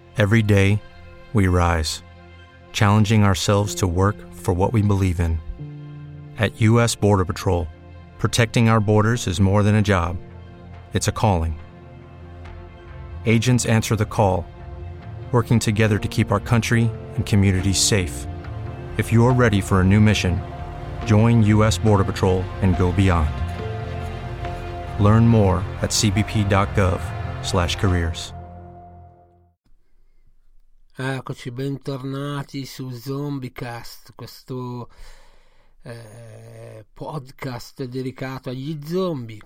Every day, we rise, challenging ourselves to work for what we believe in. At U.S. Border Patrol, protecting our borders is more than a job. It's a calling. Agents answer the call, working together to keep our country and communities safe. If you're ready for a new mission, join U.S. Border Patrol and go beyond. Learn more at cbp.gov/careers. Eccoci, bentornati su ZombieCast, questo podcast dedicato agli zombie.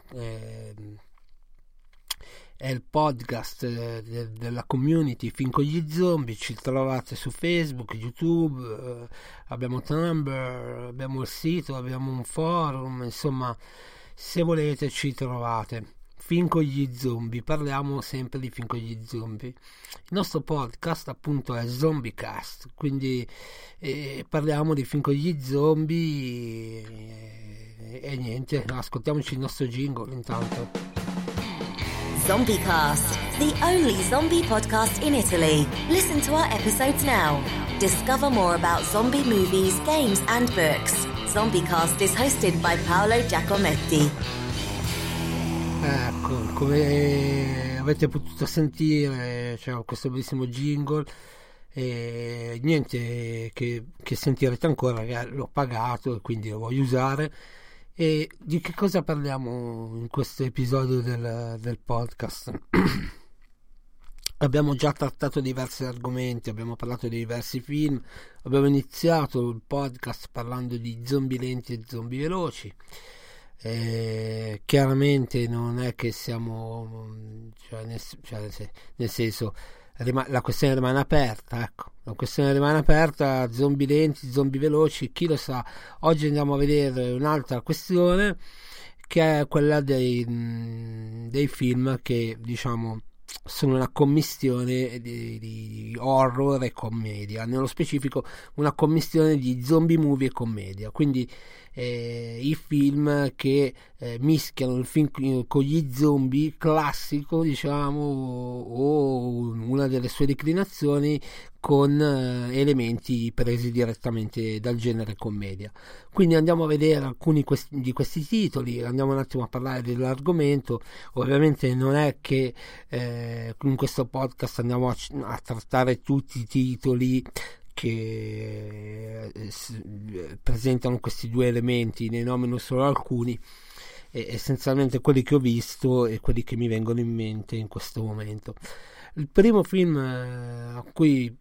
È il podcast della community Film con gli zombie. Ci trovate su Facebook, YouTube, abbiamo Tumblr, abbiamo il sito, abbiamo un forum, insomma, se volete ci trovate. Film con gli zombie, parliamo sempre di film con gli zombie. Il nostro podcast appunto è ZombieCast, quindi parliamo di film con gli zombie e niente, ascoltiamoci il nostro jingle intanto. ZombieCast, the only zombie podcast in Italy. Listen to our episodes now. Discover more about zombie movies, games and books. ZombieCast is hosted by Paolo Giacometti. Ecco, come avete potuto sentire, c'è questo bellissimo jingle e niente che sentirete ancora, che l'ho pagato e quindi lo voglio usare. E di che cosa parliamo in questo episodio del podcast? Abbiamo già trattato diversi argomenti, abbiamo parlato di diversi film, abbiamo iniziato il podcast parlando di zombie lenti e zombie veloci. Chiaramente non è che siamo nel senso la questione rimane aperta, ecco, la questione rimane aperta, zombie lenti, zombie veloci, chi lo sa. Oggi andiamo a vedere un'altra questione che è quella dei film che diciamo sono una commistione di horror e commedia, nello specifico una commistione di zombie movie e commedia, quindi i film che mischiano il film con gli zombie classico, diciamo, o una delle sue declinazioni con elementi presi direttamente dal genere commedia. Quindi andiamo a vedere alcuni di questi titoli, andiamo un attimo a parlare dell'argomento. Ovviamente non è che in questo podcast andiamo a trattare tutti i titoli che presentano questi due elementi, ne nomino solo alcuni, essenzialmente quelli che ho visto e quelli che mi vengono in mente in questo momento. Il primo film a cui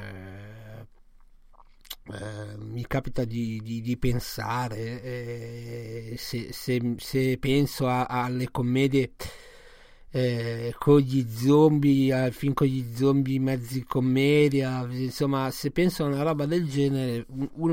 mi capita di pensare, se penso alle commedie con gli zombie, al film con gli zombie mezzi commedia, insomma, se penso a una roba del genere,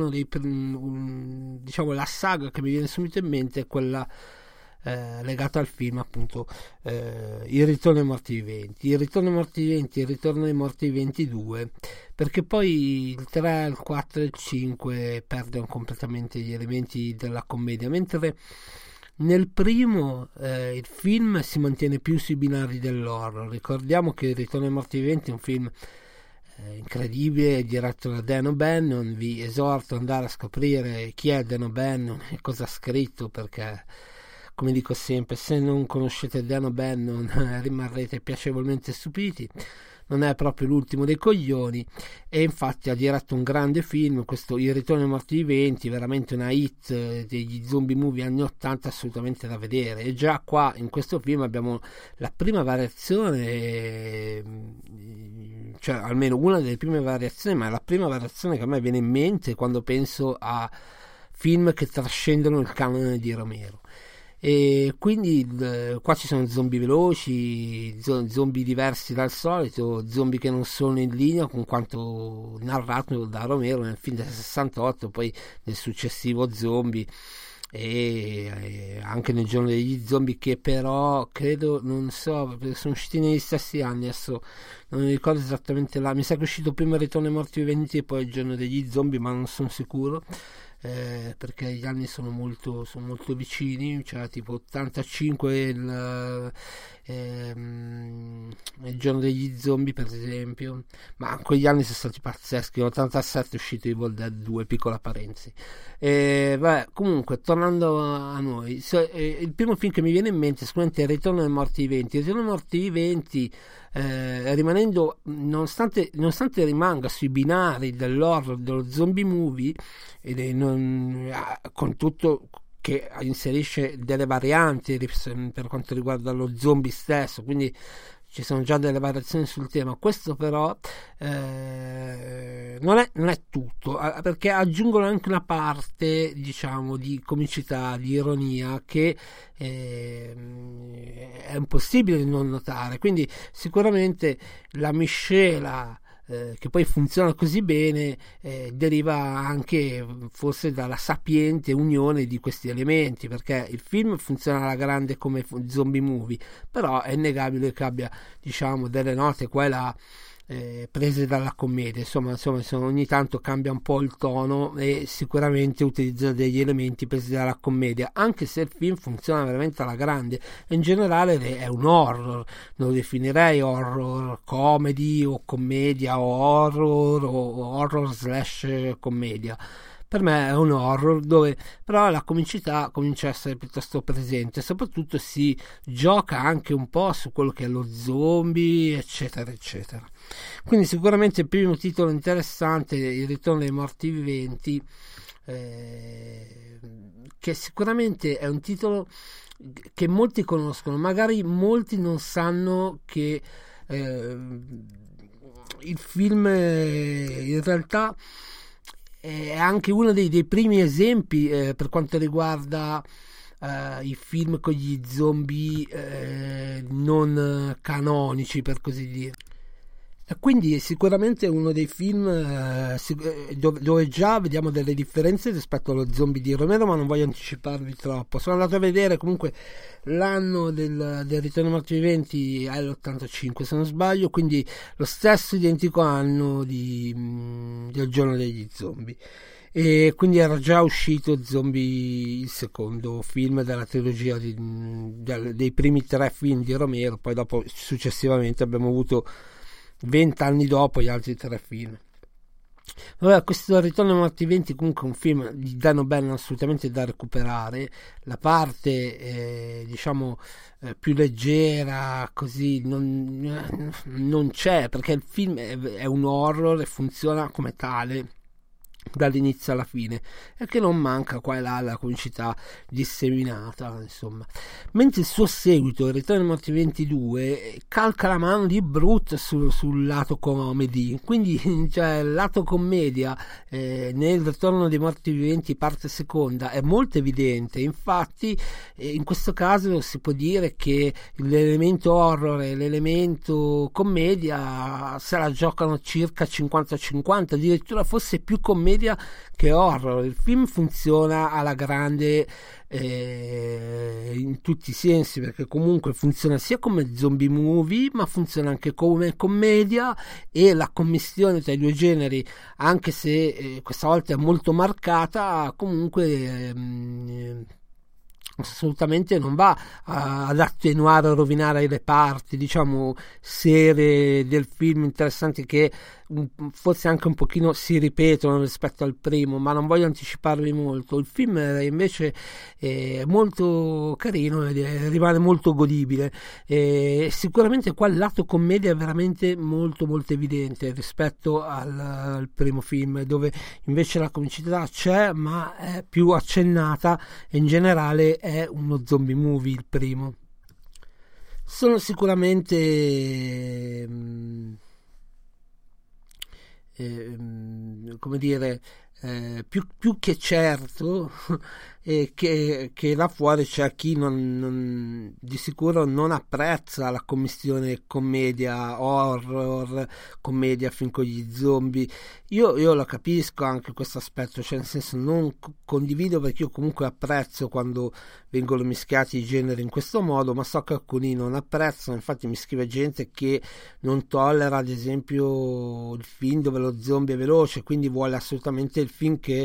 diciamo la saga che mi viene subito in mente è quella legata al film appunto Il ritorno ai morti viventi, Il ritorno ai morti viventi, Il ritorno ai morti viventi 2, perché poi il 3, il 4 e il 5 perdono completamente gli elementi della commedia, mentre nel primo il film si mantiene più sui binari dell'horror. Ricordiamo che Il ritorno ai morti viventi è un film incredibile, diretto da Dan O'Bannon. Vi esorto ad andare a scoprire chi è Dan O'Bannon e cosa ha scritto, perché, come dico sempre, se non conoscete Dan O'Bannon rimarrete piacevolmente stupiti. Non è proprio l'ultimo dei coglioni, e infatti ha diretto un grande film, questo Il ritorno ai morti viventi, veramente una hit degli zombie movie anni 80, assolutamente da vedere. E già qua in questo film abbiamo la prima variazione, cioè almeno una delle prime variazioni, ma è la prima variazione che a me viene in mente quando penso a film che trascendono il canone di Romero. E quindi qua ci sono zombie veloci, zombie diversi dal solito, zombie che non sono in linea con quanto narrato da Romero nel film del 68, poi nel successivo Zombie e anche nel Giorno degli zombie, che però credo, non so, sono usciti negli stessi anni, adesso non mi ricordo esattamente mi sa che è uscito prima il Ritorno ai morti viventi e poi il Giorno degli zombie, ma non sono sicuro, perché gli anni sono molto vicini, cioè tipo 85 il Giorno degli zombie per esempio, ma quegli anni sono stati pazzeschi. Nel 87 è uscito Evil Dead 2, piccola parentesi. Comunque, tornando a noi, il primo film che mi viene in mente è sicuramente il Ritorno ai morti viventi. Il Ritorno ai morti viventi, rimanendo, nonostante rimanga sui binari dell'horror, dello zombie movie, con tutto che inserisce delle varianti per quanto riguarda lo zombie stesso, quindi ci sono già delle variazioni sul tema. Questo però non è tutto, perché aggiungono anche una parte, diciamo, di comicità, di ironia che è impossibile non notare. Quindi sicuramente la miscela che poi funziona così bene deriva anche forse dalla sapiente unione di questi elementi, perché il film funziona alla grande come zombie movie, però è innegabile che abbia, diciamo, delle note qua e là prese dalla commedia, insomma ogni tanto cambia un po' il tono e sicuramente utilizza degli elementi presi dalla commedia, anche se il film funziona veramente alla grande. In generale è un horror, non lo definirei horror comedy o commedia o horror slash commedia. Per me è un horror dove però la comicità comincia a essere piuttosto presente, soprattutto si gioca anche un po' su quello che è lo zombie, eccetera eccetera. Quindi sicuramente il primo titolo interessante, Il Ritorno dei morti viventi, che sicuramente è un titolo che molti conoscono, magari molti non sanno che il film in realtà è anche uno dei primi esempi per quanto riguarda i film con gli zombie non canonici, per così dire. E quindi è sicuramente uno dei film dove già vediamo delle differenze rispetto allo zombie di Romero, ma non voglio anticiparvi troppo. Sono andato a vedere, comunque l'anno del Ritorno ai morti viventi è l'85 se non sbaglio, quindi lo stesso identico anno del Giorno degli zombie, e quindi era già uscito Zombie, il secondo film della trilogia dei primi 3 film di Romero. Poi dopo successivamente abbiamo avuto 20 anni dopo gli altri 3 film. Vabbè, questo Ritorno ai morti viventi comunque è un film di Dan O'Bannon assolutamente da recuperare. La parte diciamo più leggera così non c'è, perché il film è un horror e funziona come tale dall'inizio alla fine, e che non manca qua e là la comicità disseminata, insomma. Mentre il suo seguito, Il Ritorno ai morti viventi 2, calca la mano di brutto sul lato comedy, quindi cioè il lato commedia nel Ritorno dei morti viventi parte seconda è molto evidente. Infatti in questo caso si può dire che l'elemento horror e l'elemento commedia se la giocano circa 50-50, addirittura forse più commedia che horror. Il film funziona alla grande in tutti i sensi, perché comunque funziona sia come zombie movie, ma funziona anche come commedia, e la commistione tra i due generi, anche se questa volta è molto marcata, comunque assolutamente non va ad attenuare o rovinare le parti, diciamo, serie del film interessanti, che forse anche un pochino si ripetono rispetto al primo, ma non voglio anticiparvi molto. Il film invece è molto carino e rimane molto godibile, sicuramente qua il lato commedia è veramente molto molto evidente rispetto al primo film, dove invece la comicità c'è ma è più accennata, e in generale è uno zombie movie il primo. Sono sicuramente come dire più che certo e che là fuori c'è chi di sicuro non apprezza la commistione commedia horror, commedia film con gli zombie. Io lo capisco anche questo aspetto, cioè nel senso non condivido, perché io comunque apprezzo quando vengono mischiati i generi in questo modo, ma so che alcuni non apprezzano. Infatti mi scrive gente che non tollera ad esempio il film dove lo zombie è veloce, quindi vuole assolutamente il film che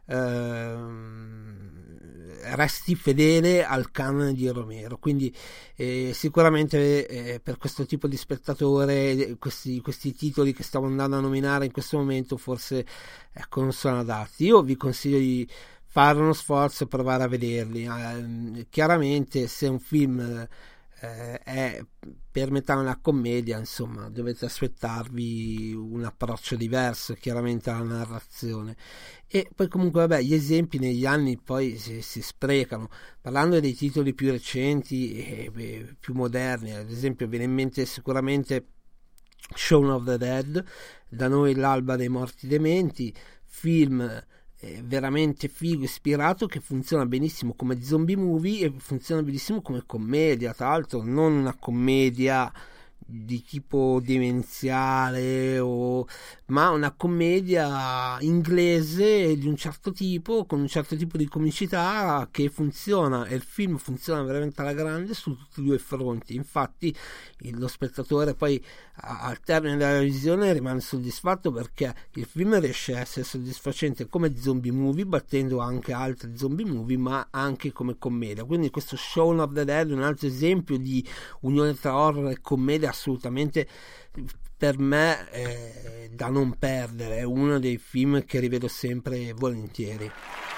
resti fedele al canone di Romero. Quindi sicuramente per questo tipo di spettatore questi titoli che stiamo andando a nominare in questo momento forse non sono adatti. Io vi consiglio di fare uno sforzo e provare a vederli. Chiaramente se un film è per metà una commedia, insomma dovete aspettarvi un approccio diverso chiaramente alla narrazione. E poi comunque gli esempi negli anni poi si sprecano. Parlando dei titoli più recenti e più moderni, ad esempio viene in mente sicuramente Shaun of the Dead, da noi l'alba dei morti dementi, film veramente figo, ispirato, che funziona benissimo come zombie movie e funziona benissimo come commedia, tra l'altro non una commedia di tipo demenziale ma una commedia inglese di un certo tipo, con un certo tipo di comicità che funziona, e il film funziona veramente alla grande su tutti e due i fronti. Infatti lo spettatore poi al termine della visione rimane soddisfatto, perché il film riesce a essere soddisfacente come zombie movie, battendo anche altri zombie movie, ma anche come commedia. Quindi questo Shaun of the Dead è un altro esempio di unione tra horror e commedia assolutamente, per me, da non perdere. È uno dei film che rivedo sempre volentieri.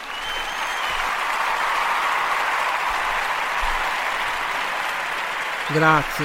Grazie.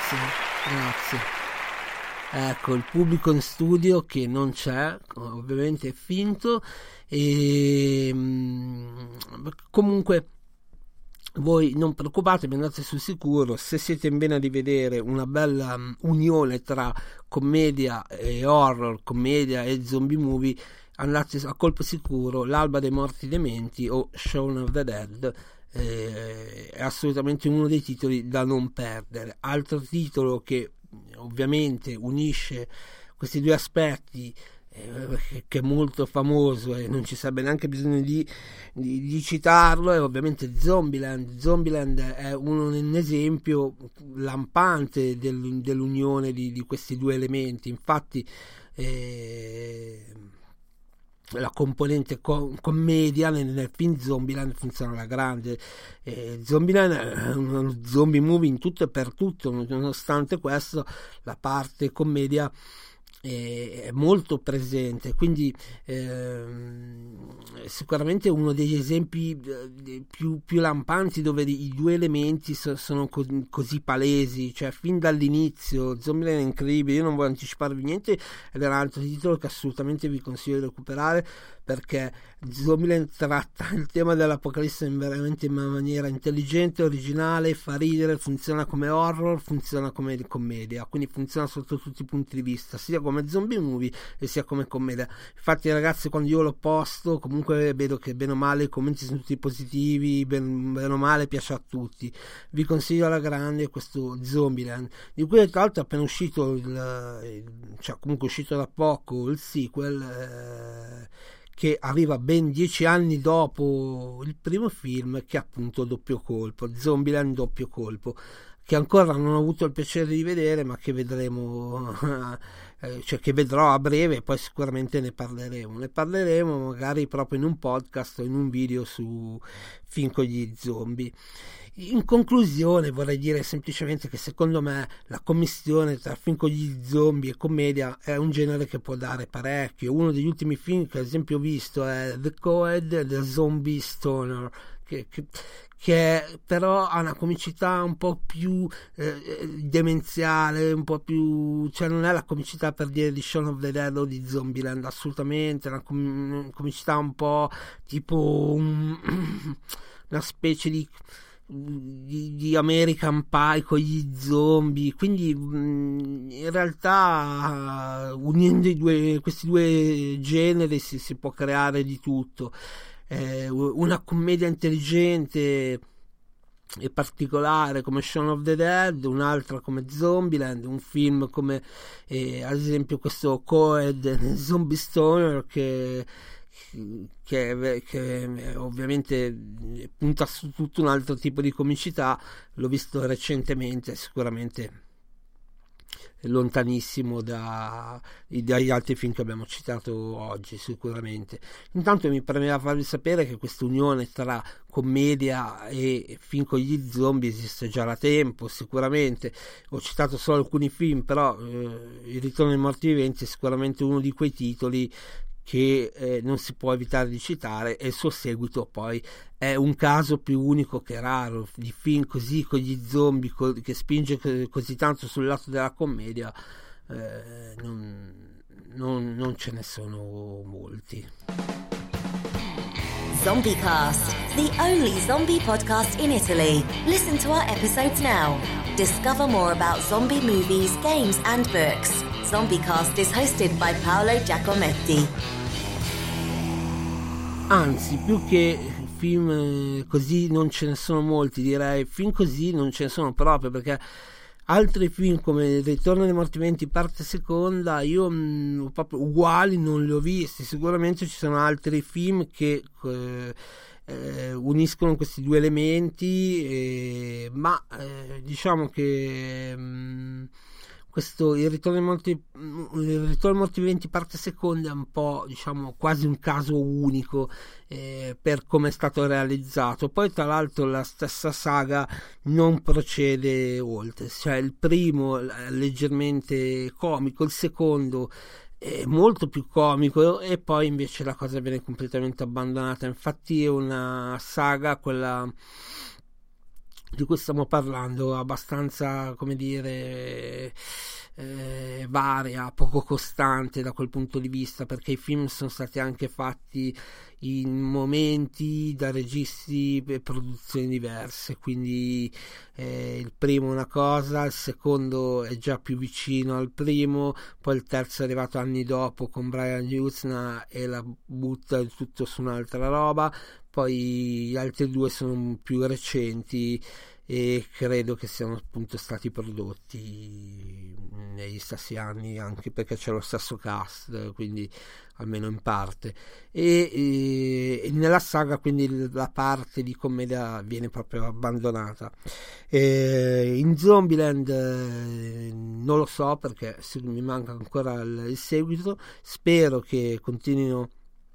Ecco, il pubblico in studio che non c'è, ovviamente è finto, e comunque voi non preoccupatevi, andate sul sicuro. Se siete in vena di vedere una bella unione tra commedia e horror, commedia e zombie movie, andate a colpo sicuro l'alba dei morti dementi o Shaun of the Dead. È assolutamente uno dei titoli da non perdere. Altro titolo che ovviamente unisce questi due aspetti, che è molto famoso e non ci sarebbe neanche bisogno di citarlo, è ovviamente Zombieland. Zombieland è un esempio lampante dell'unione di questi due elementi. Infatti la componente commedia nel film Zombieland funziona alla grande. Zombieland è uno zombie movie in tutto e per tutto, nonostante questo la parte commedia è molto presente, quindi sicuramente uno degli esempi più lampanti dove i due elementi sono così palesi, cioè fin dall'inizio. Zombieland è incredibile, io non voglio anticiparvi niente, ed è un altro titolo che assolutamente vi consiglio di recuperare, perché Zombieland tratta il tema dell'apocalisse in una maniera intelligente, originale, fa ridere, funziona come horror, funziona come commedia, quindi funziona sotto tutti i punti di vista, sia come zombie movie e sia come commedia. Infatti ragazzi, quando io lo posto comunque vedo che bene o male i commenti sono tutti positivi, bene o male piace a tutti. Vi consiglio alla grande questo Zombieland, di cui tra l'altro è appena uscito cioè comunque è uscito da poco il sequel, che arriva ben 10 anni dopo il primo film, che è appunto Doppio Colpo, Zombieland Doppio Colpo, che ancora non ho avuto il piacere di vedere, ma che vedremo cioè che vedrò a breve, e poi sicuramente ne parleremo magari proprio in un podcast o in un video su film con gli zombie. In conclusione vorrei dire semplicemente che secondo me la commistione tra film con gli zombie e commedia è un genere che può dare parecchio. Uno degli ultimi film che ad esempio ho visto è The Coed, The Zombie Stoner, che però ha una comicità un po' più demenziale, un po' più, cioè non è la comicità per dire di Shaun of the Dead o di Zombieland, assolutamente, è una comicità un po' tipo una specie di American Pie con gli zombie. Quindi in realtà unendo questi due generi si può creare di tutto. una commedia intelligente e particolare come Shaun of the Dead, un'altra come Zombieland, un film come ad esempio questo Coed Zombie Stoner che ovviamente punta su tutto un altro tipo di comicità. L'ho visto recentemente, sicuramente lontanissimo dagli altri film che abbiamo citato oggi, sicuramente. Intanto mi premeva farvi sapere che questa unione tra commedia e film con gli zombie esiste già da tempo, sicuramente. Ho citato solo alcuni film, però Il ritorno dei morti viventi è sicuramente uno di quei titoli che non si può evitare di citare, e il suo seguito poi è un caso più unico che raro di film così con gli zombie che spinge così tanto sul lato della commedia. Non ce ne sono molti. ZombieCast, the only zombie podcast in Italy. Listen to our episodes now. Discover more about zombie movies, games and books. ZombieCast is hosted by Paolo Giacometti. Anzi, più che film così non ce ne sono molti, direi film così non ce ne sono proprio, perché altri film come Il ritorno dei morti viventi parte seconda io proprio uguali non li ho visti. Sicuramente ci sono altri film che uniscono questi due elementi, ma diciamo che questo Il ritorno dei morti viventi parte seconda è un po', diciamo, quasi un caso unico per come è stato realizzato. Poi tra l'altro la stessa saga non procede oltre, cioè il primo è leggermente comico, il secondo è molto più comico e poi invece la cosa viene completamente abbandonata. Infatti è una saga, quella di cui stiamo parlando, abbastanza, come dire, varia, poco costante da quel punto di vista, perché i film sono stati anche fatti in momenti da registi e produzioni diverse, quindi il primo è una cosa, il secondo è già più vicino al primo, poi il terzo è arrivato anni dopo con Brian Yuzna e la butta tutto su un'altra roba. Poi gli altri due sono più recenti e credo che siano appunto stati prodotti negli stessi anni, anche perché c'è lo stesso cast, quindi almeno in parte, e nella saga quindi la parte di commedia viene proprio abbandonata. In Zombieland non lo so, perché mi manca ancora il seguito. Spero che continuino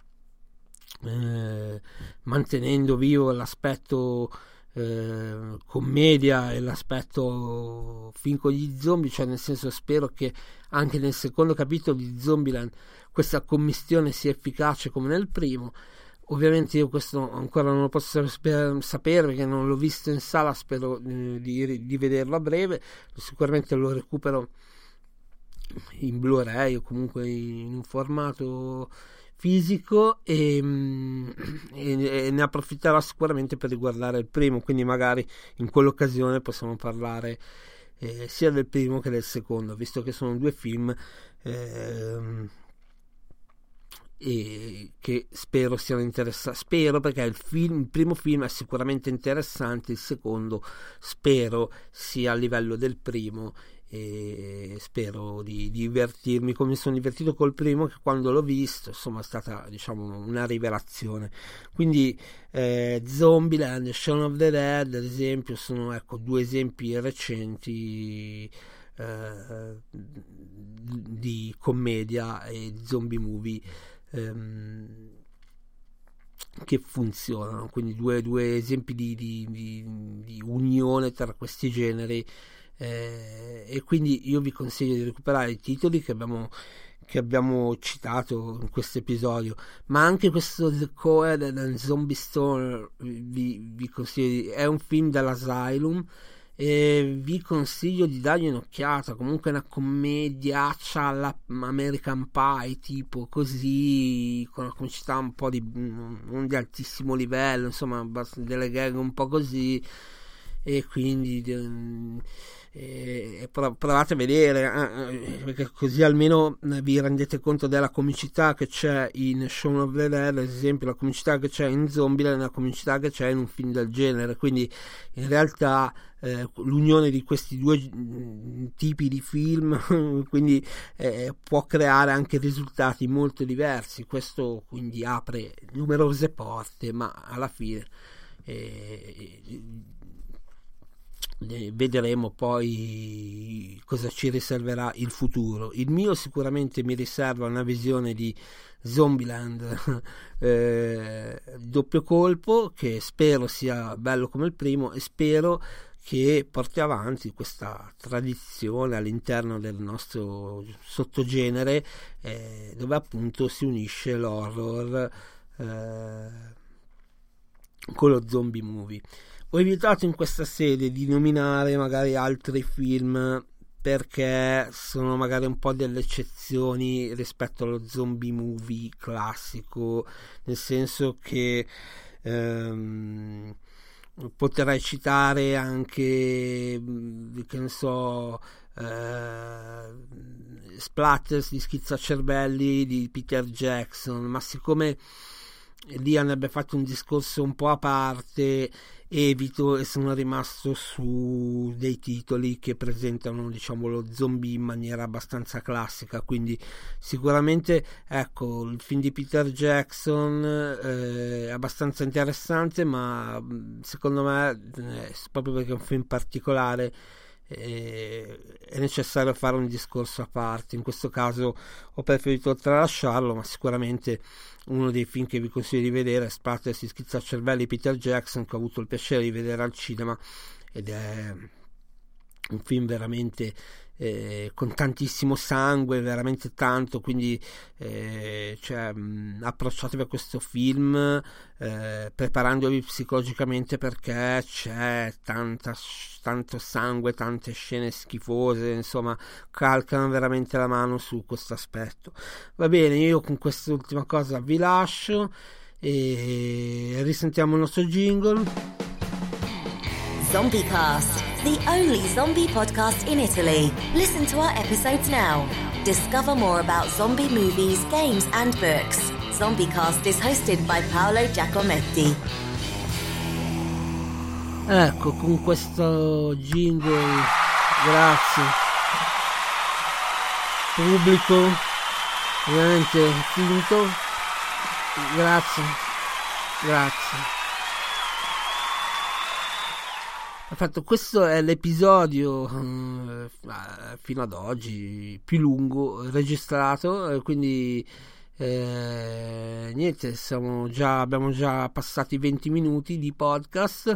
mantenendo vivo l'aspetto commedia e l'aspetto film con gli zombie, cioè nel senso, spero che anche nel secondo capitolo di Zombieland questa commistione sia efficace come nel primo. Ovviamente io questo ancora non lo posso sapere perché non l'ho visto in sala, spero di vederlo a breve, sicuramente lo recupero in Blu-ray o comunque in un formato fisico e ne approfitterò sicuramente per riguardare il primo, quindi magari in quell'occasione possiamo parlare sia del primo che del secondo, visto che sono due film e che spero siano interessanti. Spero, perché il primo film è sicuramente interessante, il secondo spero sia a livello del primo, e spero di divertirmi come mi sono divertito col primo, che quando l'ho visto insomma è stata, diciamo, una rivelazione. Quindi Zombieland e Shaun of the Dead ad esempio sono, ecco, due esempi recenti di commedia e zombie movie che funzionano, quindi due esempi di unione tra questi generi. E quindi io vi consiglio di recuperare i titoli che abbiamo citato in questo episodio, ma anche questo The Coed and Zombie Stoner vi consiglio. È un film dell'Asylum e vi consiglio di dargli un'occhiata. Comunque è una commediaccia alla American Pie, tipo così, con una comicità un po' non di altissimo livello, insomma delle gag un po' così, e quindi provate a vedere, perché così almeno vi rendete conto della comicità che c'è in Shaun of the Dead, ad esempio, la comicità che c'è in Zombieland, la comicità che c'è in un film del genere. Quindi in realtà l'unione di questi due tipi di film quindi può creare anche risultati molto diversi. Questo quindi apre numerose porte, ma alla fine vedremo poi cosa ci riserverà il futuro. Il mio sicuramente mi riserva una visione di Zombieland doppio colpo, che spero sia bello come il primo, e spero che porti avanti questa tradizione all'interno del nostro sottogenere, dove appunto si unisce l'horror con lo zombie movie. Ho evitato in questa sede di nominare magari altri film, perché sono magari un po' delle eccezioni rispetto allo zombie movie classico, nel senso che potrei citare anche, che ne so, Splatters di Schizzacervelli di Peter Jackson, ma siccome lì andrebbe fatto un discorso un po' a parte, evito e sono rimasto su dei titoli che presentano, diciamo, lo zombie in maniera abbastanza classica. Quindi sicuramente, ecco, il film di Peter Jackson è abbastanza interessante, ma secondo me proprio perché è un film particolare è necessario fare un discorso a parte. In questo caso ho preferito tralasciarlo, ma sicuramente uno dei film che vi consiglio di vedere è Splatters di Schizzacervelli Peter Jackson, che ho avuto il piacere di vedere al cinema, ed è un film veramente con tantissimo sangue, veramente tanto. Quindi approcciatevi a questo film preparandovi psicologicamente, perché c'è tanto sangue, tante scene schifose, insomma calcano veramente la mano su questo aspetto. Va bene, io con quest'ultima cosa vi lascio e risentiamo il nostro jingle. ZombieCast, the only zombie podcast in Italy. Listen to our episodes now. Discover more about zombie movies, games and books. ZombieCast is hosted by Paolo Giacometti. Ecco, con questo jingle, grazie pubblico, veramente finito, grazie. Perfetto, questo è l'episodio fino ad oggi più lungo registrato, quindi niente, abbiamo già passati 20 minuti di podcast.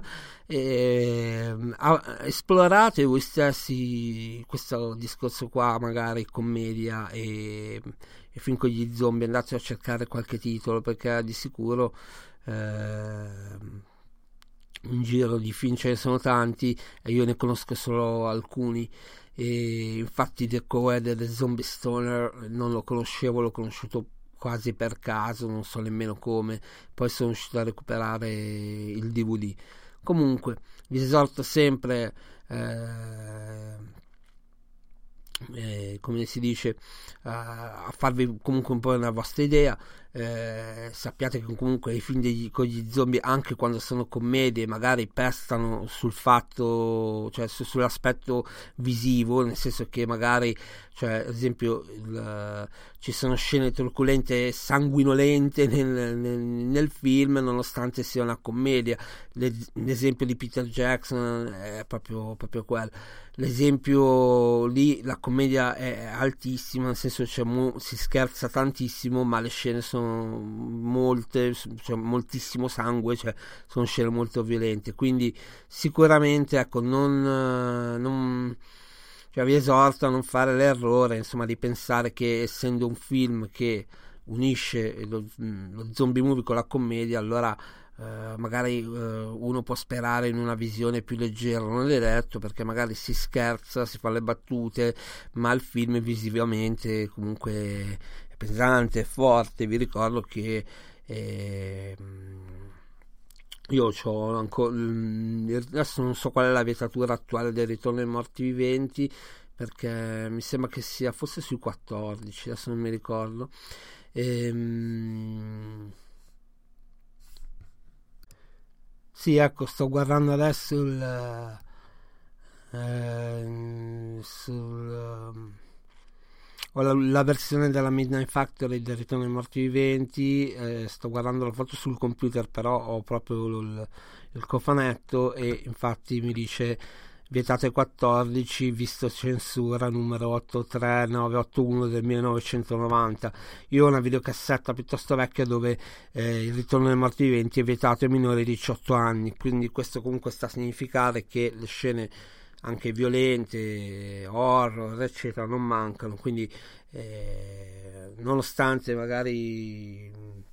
Esplorate voi stessi questo discorso qua, magari commedia e film con gli zombie, andate a cercare qualche titolo, perché di sicuro in giro di film ce ne sono tanti e io ne conosco solo alcuni. E infatti The Coed e The Zombie Stoner non lo conoscevo, l'ho conosciuto quasi per caso, non so nemmeno come, poi sono riuscito a recuperare il DVD. Comunque vi esorto sempre come si dice, a farvi comunque un po' una vostra idea. Sappiate che comunque i film con gli zombie, anche quando sono commedie, magari pestano sul fatto, cioè sull'aspetto visivo, nel senso che magari, cioè ad esempio ci sono scene truculente e sanguinolente nel film, nonostante sia una commedia. L'esempio di Peter Jackson è proprio quello. L'esempio lì, la commedia è altissima, nel senso si scherza tantissimo, ma le scene sono molte, cioè moltissimo sangue, cioè sono scene molto violente. Quindi sicuramente, ecco, cioè vi esorto a non fare l'errore, insomma, di pensare che essendo un film che unisce lo zombie movie con la commedia, allora magari uno può sperare in una visione più leggera. Non è detto, perché magari si scherza, si fa le battute, ma il film visivamente comunque è pesante, è forte. Vi ricordo che io c'ho ancora, adesso non so qual è la vietatura attuale del Ritorno dei Morti Viventi, perché mi sembra che sia forse sui 14, adesso non mi ricordo. Sì, ecco, sto guardando adesso ho la versione della Midnight Factory del Ritorno dei Morti Viventi, sto guardando la foto sul computer, però ho proprio il cofanetto e infatti mi dice vietate 14, visto censura numero 83981 del 1990. Io ho una videocassetta piuttosto vecchia dove il Ritorno dei Morti Viventi è vietato ai minori di 18 anni, quindi questo comunque sta a significare che le scene anche violente, horror eccetera non mancano, quindi nonostante magari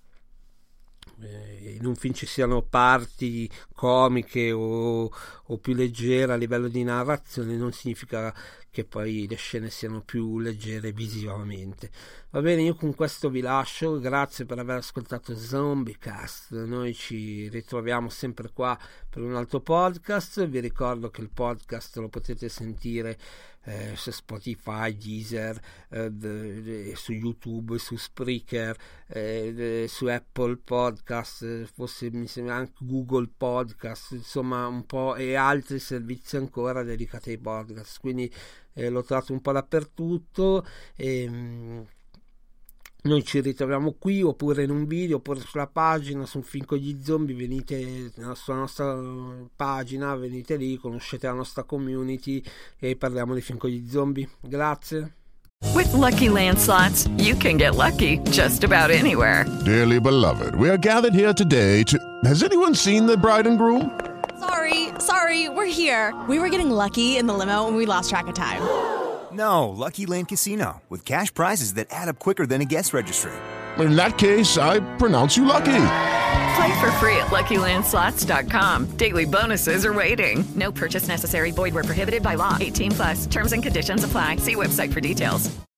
in un film ci siano parti comiche o più leggere a livello di narrazione, non significa che poi le scene siano più leggere visivamente. Va bene, io con questo vi lascio, grazie per aver ascoltato Zombiecast, noi ci ritroviamo sempre qua per un altro podcast. Vi ricordo che il podcast lo potete sentire su Spotify, Deezer, su YouTube, su Spreaker, su Apple Podcast, forse mi sembra anche Google Podcast, insomma un po', e altri servizi ancora dedicati ai podcast, quindi l'ho trovato un po' dappertutto. Noi ci ritroviamo qui oppure in un video oppure sulla pagina, su un film con gli zombie, venite sulla nostra pagina, venite lì, conoscete la nostra community e parliamo di film con gli zombie. Grazie. With Lucky Land Slots, you can get lucky just about anywhere. Dearly beloved, we are gathered here today to... Has anyone seen the bride and groom? Sorry, we're here. We were getting lucky in the limo and we lost track of time. No, Lucky Land Casino, with cash prizes that add up quicker than a guest registry. In that case, I pronounce you lucky. Play for free at LuckyLandSlots.com. Daily bonuses are waiting. No purchase necessary. Void where prohibited by law. 18+. Terms and conditions apply. See website for details.